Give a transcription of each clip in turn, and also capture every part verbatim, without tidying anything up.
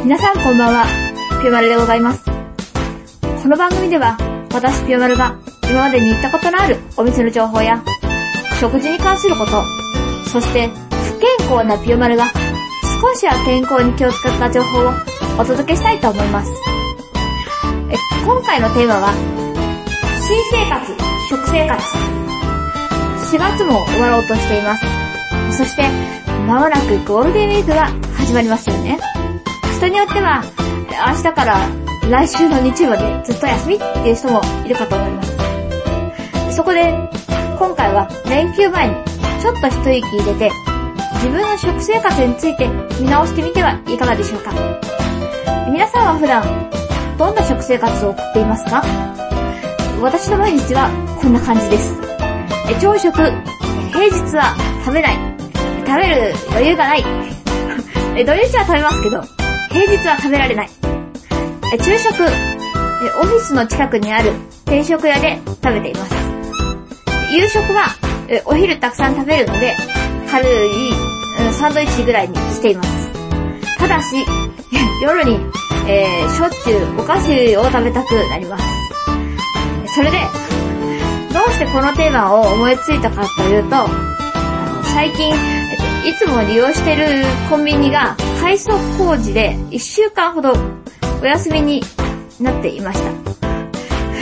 皆さんこんばんは、ぴよまるでございます。この番組では、私ぴよまるが今までに行ったことのあるお店の情報や、食事に関すること、そして不健康なぴよまるが少しは健康に気を使った情報をお届けしたいと思います。え今回のテーマは、新生活、食生活。しがつも終わろうとしています。そして、まもなくゴールデンウィークが始まりますよね。人によっては、明日から来週の日曜までずっと休みっていう人もいるかと思います。そこで、今回は連休前にちょっと一息入れて、自分の食生活について見直してみてはいかがでしょうか。皆さんは普段、どんな食生活を送っていますか？私の毎日はこんな感じです。朝食、平日は食べない。食べる余裕がない。土日は食べますけど、平日は食べられない。昼食、オフィスの近くにある定食屋で食べています。夕食はお昼たくさん食べるので、軽いサンドイッチぐらいにしています。ただし、夜に、えー、しょっちゅうお菓子を食べたくなります。それで、どうしてこのテーマを思いついたかというと、最近、えっと、いつも利用しているコンビニが改装工事でいっしゅうかんほどお休みになっていました。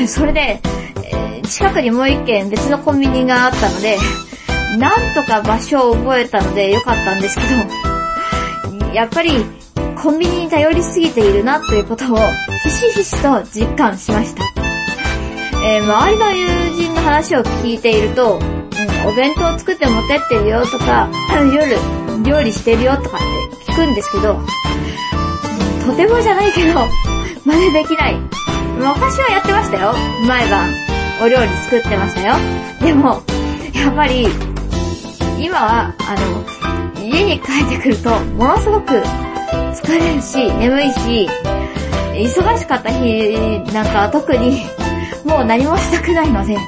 それで、えー、近くにもう一軒別のコンビニがあったので、なんとか場所を覚えたのでよかったんですけど、やっぱりコンビニに頼りすぎているなということをひしひしと実感しました。えー、周りの友人の話を聞いていると、うん、お弁当を作って持ってってるよとか、夜料理してるよとかって聞くんですけど、うん、とてもじゃないけど真似できない。昔はやってましたよ。毎晩お料理作ってましたよ。でもやっぱり今はあの家に帰ってくるとものすごく疲れるし眠いし、忙しかった日なんかは特にもう何もしたくないので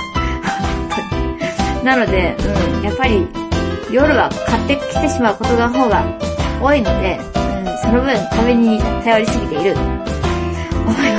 なので、うん、やっぱり夜は買ってきてしまうことが方が多いので、うん、その分食べに頼りすぎていると思います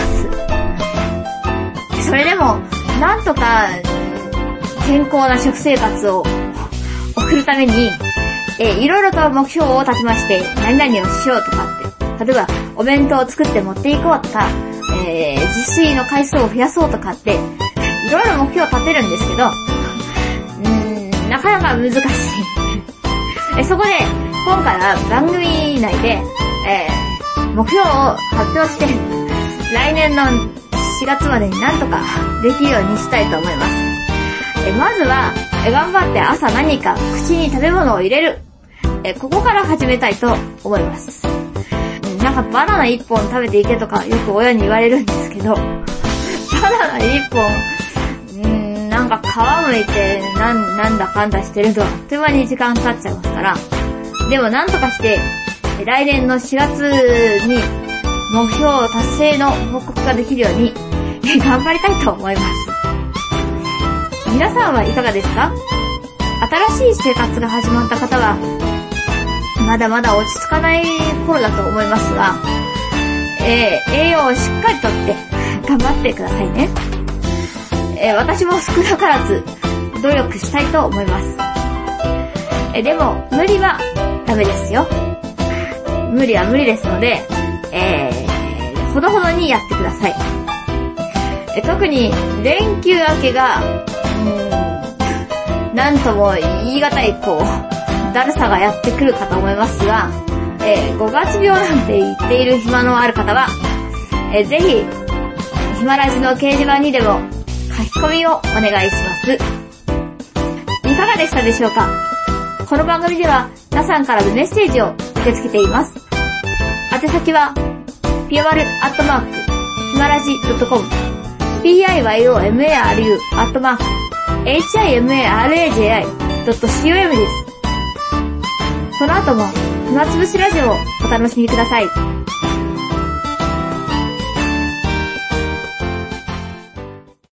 。それでもなんとか健康な食生活を送るために、えー、いろいろと目標を立てまして、何々をしようとかって、例えばお弁当を作って持っていこうとか、えー、自炊の回数を増やそうとかって、いろいろ目標を立てるんですけど、うーん、なかなか難しい。えそこで、今回は番組内で、えー、目標を発表して、来年のしがつまでになんとかできるようにしたいと思います。えまずは、え頑張って朝何か口に食べ物を入れる。えここから始めたいと思います。なんかバナナ一本食べていけとかよく親に言われるんですけど、バナナ一本、うーん、なんか皮むいてなん、なんだかんだしてるとあっという間に時間経っちゃいますから、でもなんとかして、来年のしがつに目標達成の報告ができるように頑張りたいと思います。皆さんはいかがですか？新しい生活が始まった方は、まだまだ落ち着かない頃だと思いますが、えー、栄養をしっかりとって頑張ってくださいね。えー、私も少なからず努力したいと思います。えー、でも無理はダメですよ。無理は無理ですので、えー、ほどほどにやってください。えー、特に連休明けが、うーん、なんとも言い難いこう。だるさがやってくるかと思いますが、えー、ごがつ病なんて言っている暇のある方は、えー、ぜひ、ひまラジの掲示板にでも書き込みをお願いします。いかがでしたでしょうか？この番組では皆さんからのメッセージを受け付けています。宛先は、ぴよまるアットマーク、ひまらじ .com、ピーアイワイオーエムエーアールユー アットマーク、エイチアイエムエーアールエージェーアイ ドット コム です。この後も暇つぶしラジオをお楽しみください。